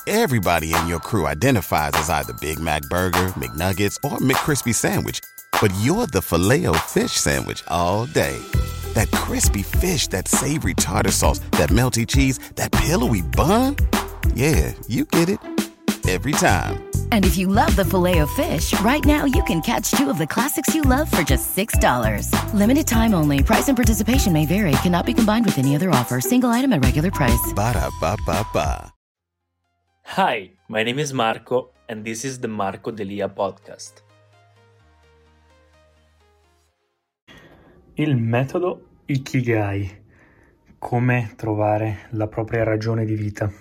Everybody in your crew identifies as either Big Mac Burger, McNuggets, or McCrispy Sandwich. But you're the Filet-O-Fish Sandwich all day. That crispy fish, that savory tartar sauce, that melty cheese, that pillowy bun. Yeah, you get it. Every time. And if you love the Filet-O-Fish, right now you can catch two of the classics you love for just $6. Limited time only. Price and participation may vary. Cannot be combined with any other offer. Single item at regular price. Ba-da-ba-ba-ba. Hi, my name is Marco and this is the Marco Delia podcast. Il metodo Ikigai. Come trovare la propria ragione di vita.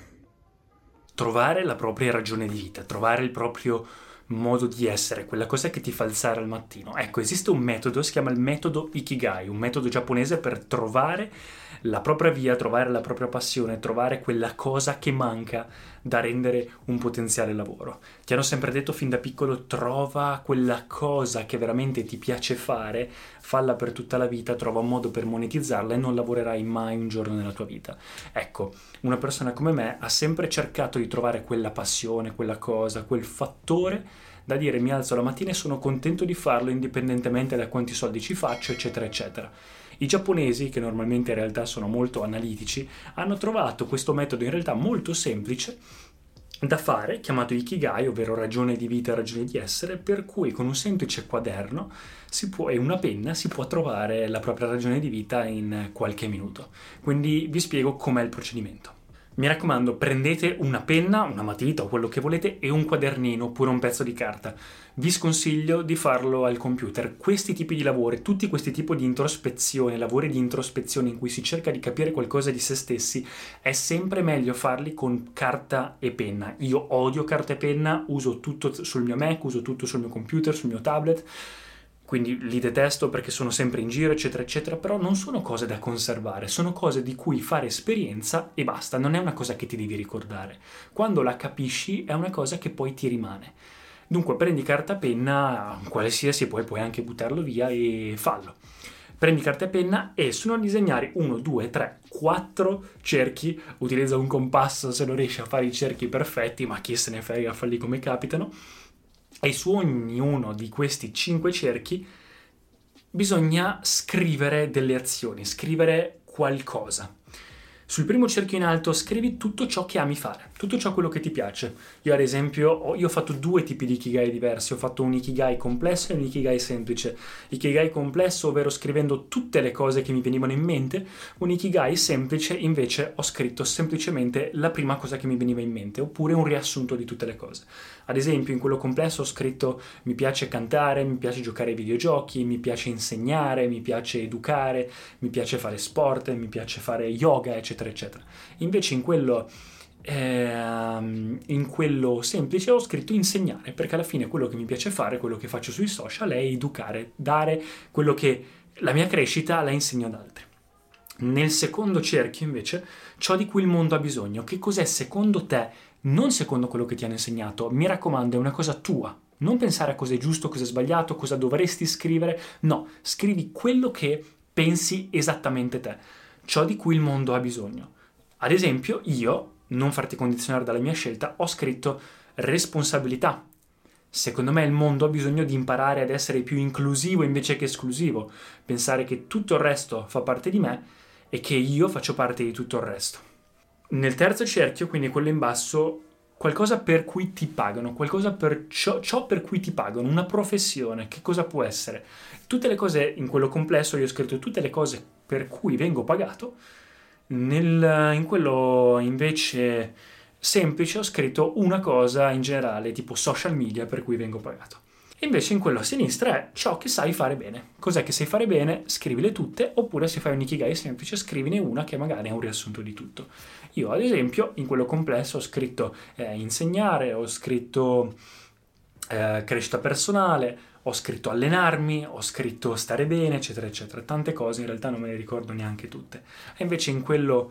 Trovare la propria ragione di vita, trovare il proprio modo di essere, quella cosa che ti fa alzare al mattino. Ecco, esiste un metodo, si chiama il metodo Ikigai, un metodo giapponese per trovare la propria via, trovare la propria passione, trovare quella cosa che manca da rendere un potenziale lavoro. Ti hanno sempre detto fin da piccolo: trova quella cosa che veramente ti piace fare, falla per tutta la vita, trova un modo per monetizzarla e non lavorerai mai un giorno nella tua vita. Ecco, una persona come me ha sempre cercato di trovare quella passione, quella cosa, quel fattore da dire: mi alzo la mattina e sono contento di farlo indipendentemente da quanti soldi ci faccio, eccetera eccetera. I giapponesi, che normalmente in realtà sono molto analitici, hanno trovato questo metodo in realtà molto semplice da fare, chiamato Ikigai, ovvero ragione di vita, ragione di essere, per cui con un semplice quaderno e una penna si può trovare la propria ragione di vita in qualche minuto. Quindi vi spiego com'è il procedimento. Mi raccomando, prendete una penna, una matita o quello che volete e un quadernino oppure un pezzo di carta. Vi sconsiglio di farlo al computer. Questi tipi di lavori, tutti questi tipi di introspezione, lavori di introspezione in cui si cerca di capire qualcosa di se stessi, è sempre meglio farli con carta e penna. Io odio carta e penna, uso tutto sul mio Mac, uso tutto sul mio computer, sul mio tablet. Quindi li detesto perché sono sempre in giro, eccetera, eccetera, però non sono cose da conservare, sono cose di cui fare esperienza e basta, non è una cosa che ti devi ricordare. Quando la capisci è una cosa che poi ti rimane. Dunque prendi carta e penna, qualsiasi, poi puoi anche buttarlo via e fallo. Prendi carta e penna e sono a disegnare 1, 2, 3, 4 cerchi, utilizza un compasso se non riesci a fare i cerchi perfetti, ma chi se ne frega, falli come capitano. E su ognuno di questi 5 cerchi bisogna scrivere delle azioni, scrivere qualcosa. Sul primo cerchio in alto scrivi tutto ciò che ami fare, tutto ciò quello che ti piace. Io ad esempio ho fatto 2 tipi di Ikigai diversi, ho fatto un Ikigai complesso e un Ikigai semplice. Ikigai complesso, ovvero scrivendo tutte le cose che mi venivano in mente, un Ikigai semplice invece ho scritto semplicemente la prima cosa che mi veniva in mente, oppure un riassunto di tutte le cose. Ad esempio in quello complesso ho scritto: mi piace cantare, mi piace giocare ai videogiochi, mi piace insegnare, mi piace educare, mi piace fare sport, mi piace fare yoga, eccetera eccetera. Invece in quello semplice ho scritto insegnare, perché alla fine quello che mi piace fare, quello che faccio sui social è educare, dare quello che la mia crescita la insegno ad altri. Nel secondo cerchio invece ciò di cui il mondo ha bisogno. Che cos'è secondo te, non secondo quello che ti hanno insegnato. Mi raccomando, è una cosa tua. Non pensare a cosa è giusto, cosa è sbagliato, cosa dovresti scrivere. No, scrivi quello che pensi esattamente te, ciò di cui il mondo ha bisogno. Ad esempio, io, non farti condizionare dalla mia scelta, ho scritto responsabilità. Secondo me il mondo ha bisogno di imparare ad essere più inclusivo invece che esclusivo, pensare che tutto il resto fa parte di me e che io faccio parte di tutto il resto. Nel terzo cerchio, quindi quello in basso, qualcosa per cui ti pagano, qualcosa per ciò per cui ti pagano, una professione. Che cosa può essere? Tutte le cose in quello complesso, io ho scritto tutte le cose per cui vengo pagato. In quello invece semplice ho scritto una cosa in generale, tipo social media, per cui vengo pagato. E invece in quello a sinistra è ciò che sai fare bene. Cos'è che sai fare bene? Scrivile tutte, oppure se fai un Ikigai semplice scrivine una che magari è un riassunto di tutto. Io ad esempio in quello complesso ho scritto insegnare, ho scritto crescita personale, ho scritto allenarmi, ho scritto stare bene, eccetera eccetera. Tante cose, in realtà non me le ricordo neanche tutte. E invece in quello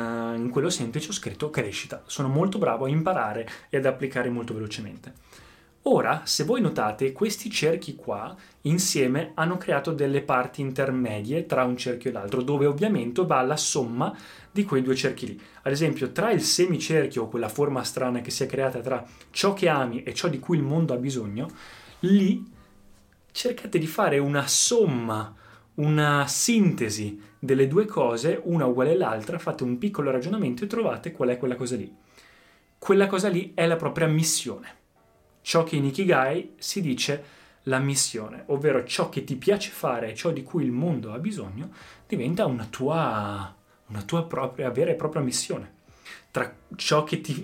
semplice ho scritto crescita. Sono molto bravo a imparare e ad applicare molto velocemente. Ora, se voi notate, questi cerchi qua insieme hanno creato delle parti intermedie tra un cerchio e l'altro, dove ovviamente va la somma di quei due cerchi lì. Ad esempio, tra il semicerchio, quella forma strana che si è creata tra ciò che ami e ciò di cui il mondo ha bisogno, lì cercate di fare una somma, una sintesi delle due cose, una uguale all'altra, fate un piccolo ragionamento e trovate qual è quella cosa lì. Quella cosa lì è la propria missione. Ciò che in Ikigai si dice la missione, ovvero ciò che ti piace fare, ciò di cui il mondo ha bisogno, diventa una tua propria, vera e propria missione. Tra ciò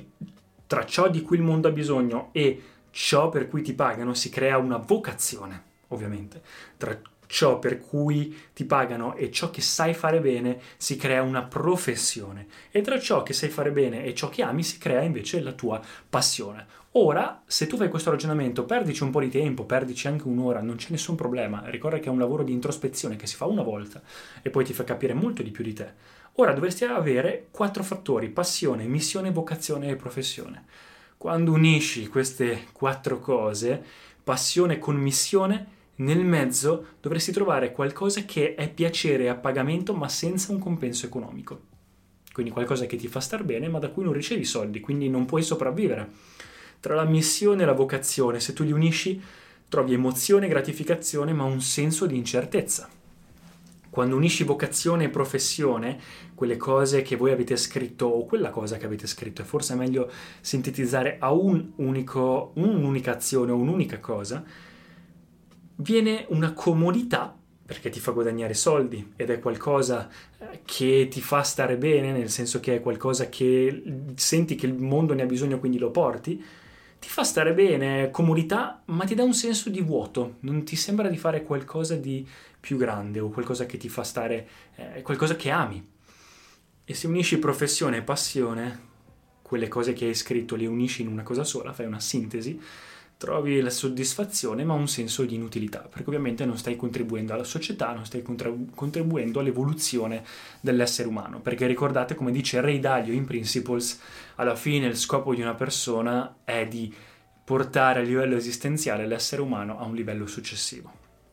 di cui il mondo ha bisogno e ciò per cui ti pagano si crea una vocazione, ovviamente. Tra ciò per cui ti pagano e ciò che sai fare bene si crea una professione, e tra ciò che sai fare bene e ciò che ami si crea invece la tua passione. Ora, se tu fai questo ragionamento, perdici un po' di tempo, perdici anche un'ora, non c'è nessun problema. Ricorda che è un lavoro di introspezione che si fa una volta e poi ti fa capire molto di più di te. Ora dovresti avere 4 fattori: passione, missione, vocazione e professione. Quando unisci queste 4 cose, passione con missione, nel mezzo dovresti trovare qualcosa che è piacere a pagamento ma senza un compenso economico. Quindi qualcosa che ti fa star bene ma da cui non ricevi soldi, quindi non puoi sopravvivere. Tra la missione e la vocazione, se tu li unisci, trovi emozione, gratificazione ma un senso di incertezza. Quando unisci vocazione e professione, quelle cose che voi avete scritto o quella cosa che avete scritto, è forse meglio sintetizzare a un'unica azione o un'unica cosa, viene una comodità perché ti fa guadagnare soldi ed è qualcosa che ti fa stare bene, nel senso che è qualcosa che senti che il mondo ne ha bisogno, quindi lo porti, ti fa stare bene, comodità, ma ti dà un senso di vuoto, non ti sembra di fare qualcosa di più grande o qualcosa che ti fa stare, qualcosa che ami. E se unisci professione e passione, quelle cose che hai scritto le unisci in una cosa sola, fai una sintesi, trovi la soddisfazione ma un senso di inutilità, perché ovviamente non stai contribuendo alla società, non stai contribuendo all'evoluzione dell'essere umano, perché ricordate, come dice Ray Dalio in Principles, alla fine il scopo di una persona è di portare a livello esistenziale l'essere umano a un livello successivo.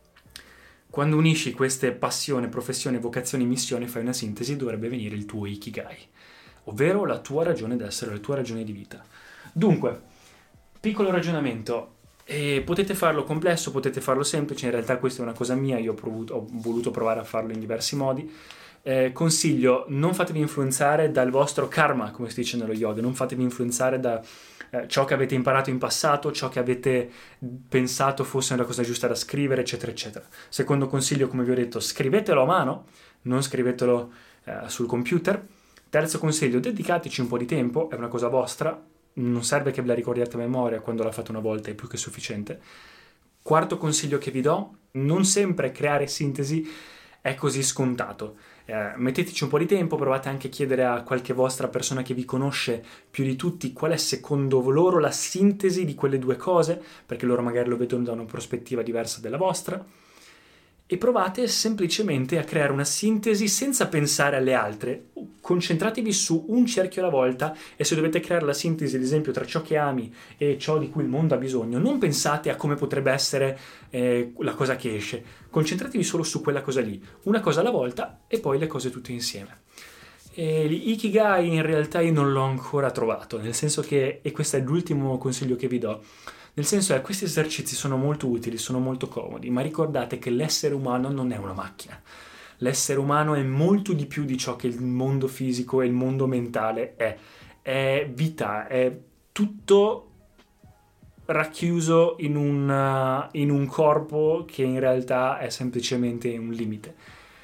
Quando unisci queste passione, professione, vocazione e missione, fai una sintesi, dovrebbe venire il tuo Ikigai, ovvero la tua ragione d'essere, la tua ragione di vita. Dunque, piccolo ragionamento, potete farlo complesso, potete farlo semplice, in realtà questa è una cosa mia, io ho voluto provare a farlo in diversi modi. Consiglio, non fatevi influenzare dal vostro karma, come si dice nello yoga, non fatevi influenzare da ciò che avete imparato in passato, ciò che avete pensato fosse una cosa giusta da scrivere, eccetera, eccetera. Secondo consiglio, come vi ho detto, scrivetelo a mano, non scrivetelo sul computer. Terzo consiglio, dedicateci un po' di tempo, è una cosa vostra, non serve che ve la ricordiate a memoria, quando l'ha fatta una volta è più che sufficiente. Quarto consiglio che vi do, non sempre creare sintesi è così scontato. Metteteci un po' di tempo, provate anche a chiedere a qualche vostra persona che vi conosce più di tutti qual è secondo loro la sintesi di quelle due cose, perché loro magari lo vedono da una prospettiva diversa della vostra, e provate semplicemente a creare una sintesi senza pensare alle altre. Concentratevi su un cerchio alla volta e se dovete creare la sintesi, ad esempio, tra ciò che ami e ciò di cui il mondo ha bisogno, non pensate a come potrebbe essere la cosa che esce. Concentratevi solo su quella cosa lì, una cosa alla volta e poi le cose tutte insieme. L'ikigai in realtà io non l'ho ancora trovato, nel senso che, e questo è l'ultimo consiglio che vi do, nel senso che questi esercizi sono molto utili, sono molto comodi, ma ricordate che l'essere umano non è una macchina. L'essere umano è molto di più di ciò che il mondo fisico e il mondo mentale è. È vita, è tutto racchiuso in un corpo che in realtà è semplicemente un limite.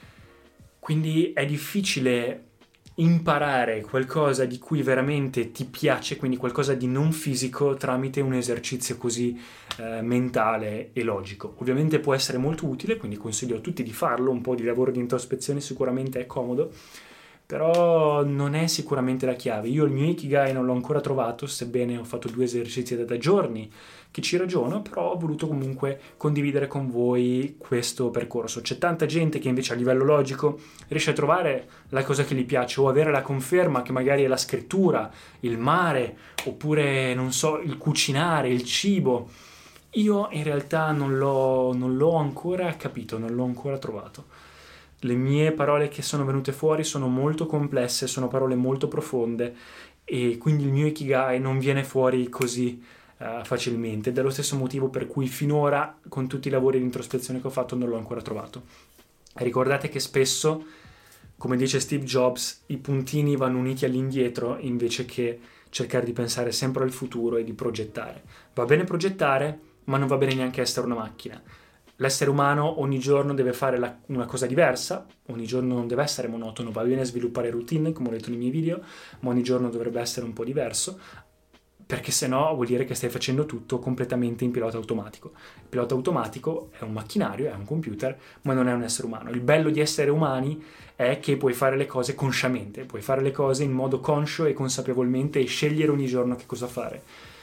Quindi è difficile imparare qualcosa di cui veramente ti piace, quindi qualcosa di non fisico, tramite un esercizio così mentale e logico. Ovviamente può essere molto utile, quindi consiglio a tutti di farlo, un po' di lavoro di introspezione sicuramente è comodo, però non è sicuramente la chiave. Io il mio Ikigai non l'ho ancora trovato, sebbene ho fatto 2 esercizi da giorni che ci ragiono, però ho voluto comunque condividere con voi questo percorso. C'è tanta gente che invece a livello logico riesce a trovare la cosa che gli piace o avere la conferma che magari è la scrittura, il mare, oppure, non so, il cucinare, il cibo. Io in realtà non l'ho ancora capito, non l'ho ancora trovato. Le mie parole che sono venute fuori sono molto complesse, sono parole molto profonde e quindi il mio Ikigai non viene fuori così facilmente, ed è lo stesso motivo per cui finora con tutti i lavori di introspezione che ho fatto non l'ho ancora trovato. Ricordate che spesso, come dice Steve Jobs, i puntini vanno uniti all'indietro invece che cercare di pensare sempre al futuro e di progettare. Va bene progettare, ma non va bene neanche essere una macchina. L'essere umano ogni giorno deve fare una cosa diversa, ogni giorno non deve essere monotono, va bene sviluppare routine, come ho detto nei miei video, ma ogni giorno dovrebbe essere un po' diverso, perché se no vuol dire che stai facendo tutto completamente in pilota automatico. Il pilota automatico è un macchinario, è un computer, ma non è un essere umano. Il bello di essere umani è che puoi fare le cose consciamente, puoi fare le cose in modo conscio e consapevolmente e scegliere ogni giorno che cosa fare.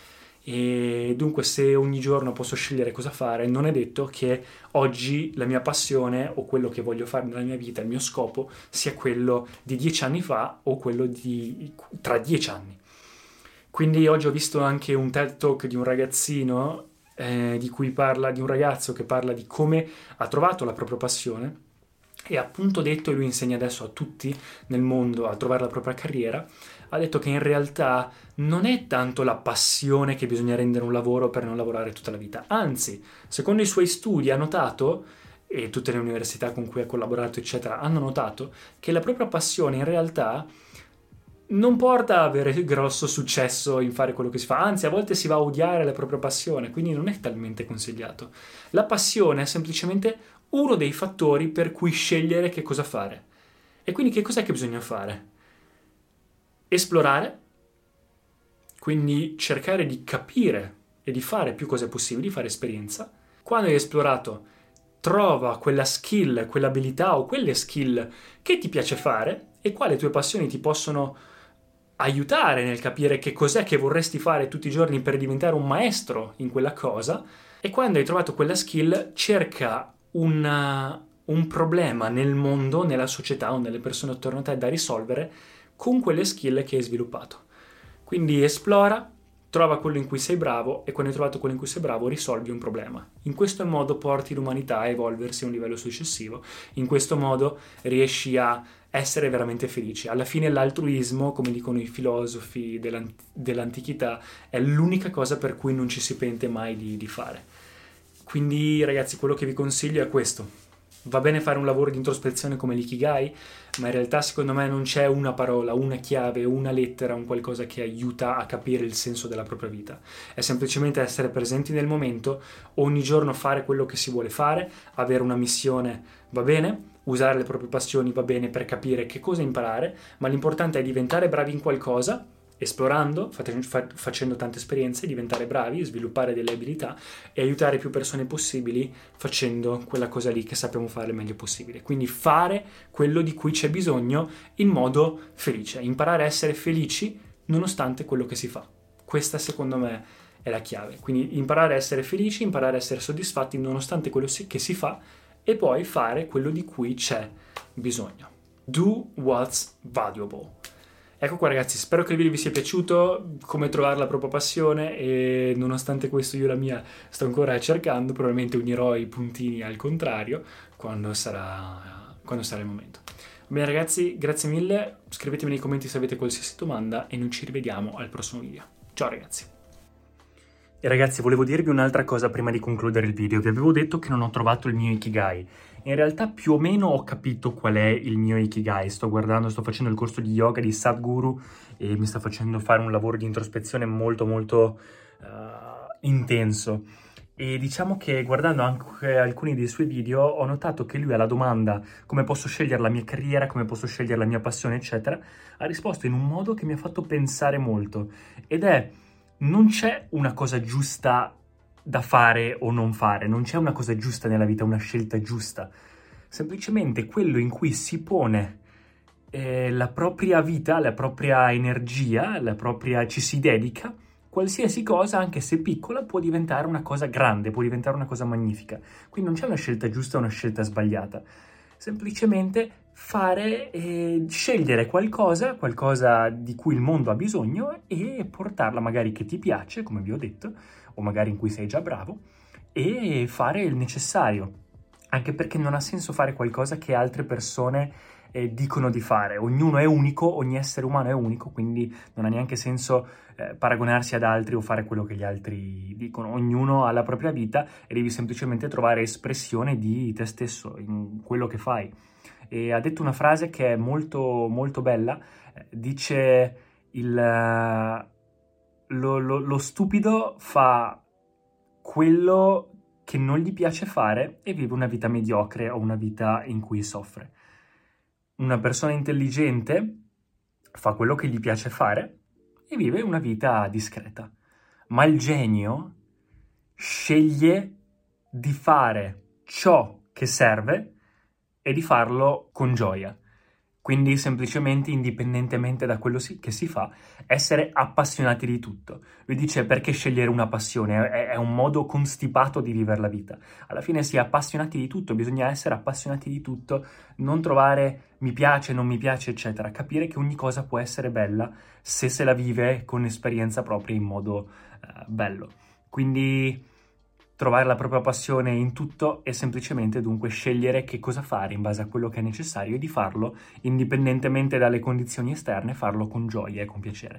E dunque se ogni giorno posso scegliere cosa fare, non è detto che oggi la mia passione o quello che voglio fare nella mia vita, il mio scopo, sia quello di 10 anni fa o quello di tra 10 anni. Quindi oggi ho visto anche un TED Talk di un ragazzino di un ragazzo che parla di come ha trovato la propria passione e ha appunto detto, e lui insegna adesso a tutti nel mondo a trovare la propria carriera, ha detto che in realtà non è tanto la passione che bisogna rendere un lavoro per non lavorare tutta la vita. Anzi, secondo i suoi studi ha notato, e tutte le università con cui ha collaborato eccetera hanno notato, che la propria passione in realtà non porta a avere grosso successo in fare quello che si fa, anzi a volte si va a odiare la propria passione, quindi non è talmente consigliato. La passione è semplicemente uno dei fattori per cui scegliere che cosa fare. E quindi che cos'è che bisogna fare? Esplorare, quindi cercare di capire e di fare più cose possibili, fare esperienza. Quando hai esplorato, trova quella skill, quell'abilità o quelle skill che ti piace fare e quali tue passioni ti possono aiutare nel capire che cos'è che vorresti fare tutti i giorni per diventare un maestro in quella cosa. E quando hai trovato quella skill, cerca un problema nel mondo, nella società o nelle persone attorno a te da risolvere con quelle skill che hai sviluppato. Quindi esplora, trova quello in cui sei bravo e quando hai trovato quello in cui sei bravo risolvi un problema. In questo modo porti l'umanità a evolversi a un livello successivo. In questo modo riesci a essere veramente felice. Alla fine l'altruismo, come dicono i filosofi dell'antichità, è l'unica cosa per cui non ci si pente mai di fare. Quindi ragazzi, quello che vi consiglio è questo. Va bene fare un lavoro di introspezione come l'Ikigai, ma in realtà secondo me non c'è una parola, una chiave, una lettera, un qualcosa che aiuta a capire il senso della propria vita. È semplicemente essere presenti nel momento, ogni giorno fare quello che si vuole fare, avere una missione va bene, usare le proprie passioni va bene per capire che cosa imparare, ma l'importante è diventare bravi in qualcosa, esplorando, facendo tante esperienze, diventare bravi, sviluppare delle abilità e aiutare più persone possibili facendo quella cosa lì che sappiamo fare il meglio possibile. Quindi fare quello di cui c'è bisogno in modo felice, imparare a essere felici nonostante quello che si fa. Questa secondo me è la chiave. Quindi imparare a essere felici, imparare a essere soddisfatti nonostante quello che si fa e poi fare quello di cui c'è bisogno. Do what's valuable. Ecco qua ragazzi, spero che il video vi sia piaciuto, come trovare la propria passione, e nonostante questo io la mia sto ancora cercando, probabilmente unirò i puntini al contrario quando sarà il momento. Bene ragazzi, grazie mille, scrivetemi nei commenti se avete qualsiasi domanda e noi ci rivediamo al prossimo video. Ciao ragazzi! E ragazzi, volevo dirvi un'altra cosa prima di concludere il video. Vi avevo detto che non ho trovato il mio Ikigai. In realtà più o meno ho capito qual è il mio Ikigai. Sto facendo il corso di yoga di Sadhguru e mi sta facendo fare un lavoro di introspezione molto molto intenso. E diciamo che guardando anche alcuni dei suoi video ho notato che lui alla domanda come posso scegliere la mia carriera, come posso scegliere la mia passione eccetera, ha risposto in un modo che mi ha fatto pensare molto, ed è: non c'è una cosa giusta da fare o non fare, non c'è una cosa giusta nella vita, una scelta giusta. Semplicemente quello in cui si pone la propria vita, la propria energia, ci si dedica, qualsiasi cosa, anche se piccola, può diventare una cosa grande, può diventare una cosa magnifica. Quindi non c'è una scelta giusta o una scelta sbagliata. Semplicemente fare scegliere qualcosa di cui il mondo ha bisogno e portarla magari che ti piace, come vi ho detto, o magari in cui sei già bravo, e fare il necessario. Anche perché non ha senso fare qualcosa che altre persone dicono di fare. Ognuno è unico, ogni essere umano è unico, quindi non ha neanche senso paragonarsi ad altri o fare quello che gli altri dicono. Ognuno ha la propria vita e devi semplicemente trovare espressione di te stesso in quello che fai. E ha detto una frase che è molto molto bella, dice lo stupido fa quello che non gli piace fare e vive una vita mediocre o una vita in cui soffre. Una persona intelligente fa quello che gli piace fare e vive una vita discreta. Ma il genio sceglie di fare ciò che serve e di farlo con gioia. Quindi semplicemente, indipendentemente da quello che si fa, essere appassionati di tutto. Lui dice: perché scegliere una passione? È un modo constipato di vivere la vita. Alla fine si è appassionati di tutto, bisogna essere appassionati di tutto, non trovare mi piace, non mi piace, eccetera. Capire che ogni cosa può essere bella se la vive con esperienza propria in modo bello. Quindi trovare la propria passione in tutto e semplicemente dunque scegliere che cosa fare in base a quello che è necessario e di farlo indipendentemente dalle condizioni esterne, farlo con gioia e con piacere.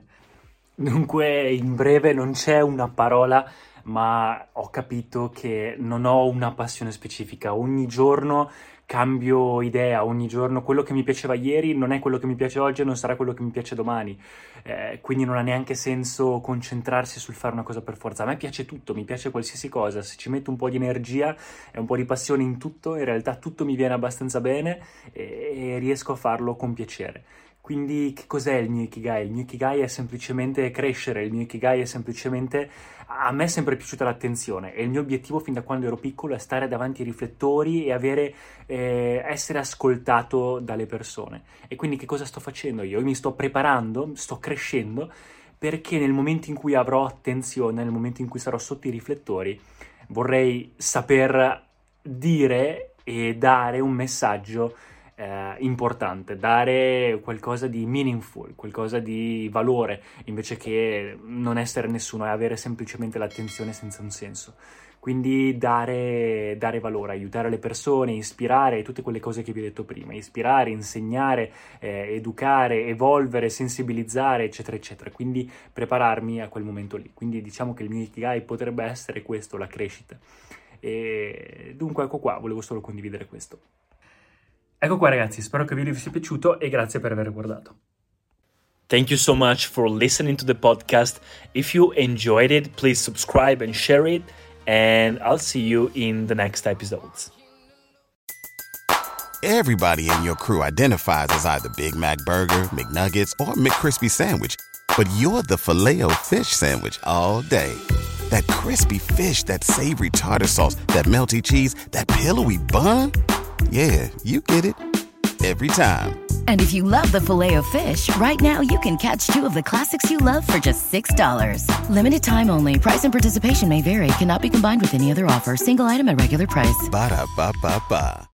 Dunque, in breve, non c'è una parola, ma ho capito che non ho una passione specifica. Ogni giorno cambio idea, ogni giorno quello che mi piaceva ieri non è quello che mi piace oggi e non sarà quello che mi piace domani. Quindi non ha neanche senso concentrarsi sul fare una cosa per forza. A me piace tutto, mi piace qualsiasi cosa. Se ci metto un po' di energia e un po' di passione in tutto, in realtà tutto mi viene abbastanza bene e riesco a farlo con piacere. Quindi che cos'è il mio Ikigai? Il mio Ikigai è semplicemente crescere, il mio Ikigai è semplicemente... A me è sempre piaciuta l'attenzione e il mio obiettivo fin da quando ero piccolo è stare davanti ai riflettori e essere ascoltato dalle persone. E quindi che cosa sto facendo io? Io mi sto preparando, sto crescendo, perché nel momento in cui avrò attenzione, nel momento in cui sarò sotto i riflettori, vorrei saper dire e dare un messaggio importante, dare qualcosa di meaningful, qualcosa di valore, invece che non essere nessuno e avere semplicemente l'attenzione senza un senso. Quindi dare valore, aiutare le persone, ispirare, tutte quelle cose che vi ho detto prima, ispirare, insegnare, educare, evolvere, sensibilizzare, eccetera, eccetera. Quindi prepararmi a quel momento lì. Quindi diciamo che il mio Ikigai potrebbe essere questo, la crescita. E dunque ecco qua, volevo solo condividere questo. Ecco qua ragazzi, spero che il video vi sia piaciuto e grazie per aver guardato. Thank you so much for listening to the podcast. If you enjoyed it, please subscribe and share it, and I'll see you in the next episodes. Everybody in your crew identifies as either Big Mac Burger, McNuggets, or McCrispy Sandwich, but you're the Filet-O-Fish Sandwich all day. That crispy fish, that savory tartar sauce, that melty cheese, that pillowy bun. Yeah, you get it. Every time. And if you love the Filet-O-Fish, right now you can catch two of the classics you love for just $6. Limited time only. Price and participation may vary. Cannot be combined with any other offer. Single item at regular price. Ba-da-ba-ba-ba.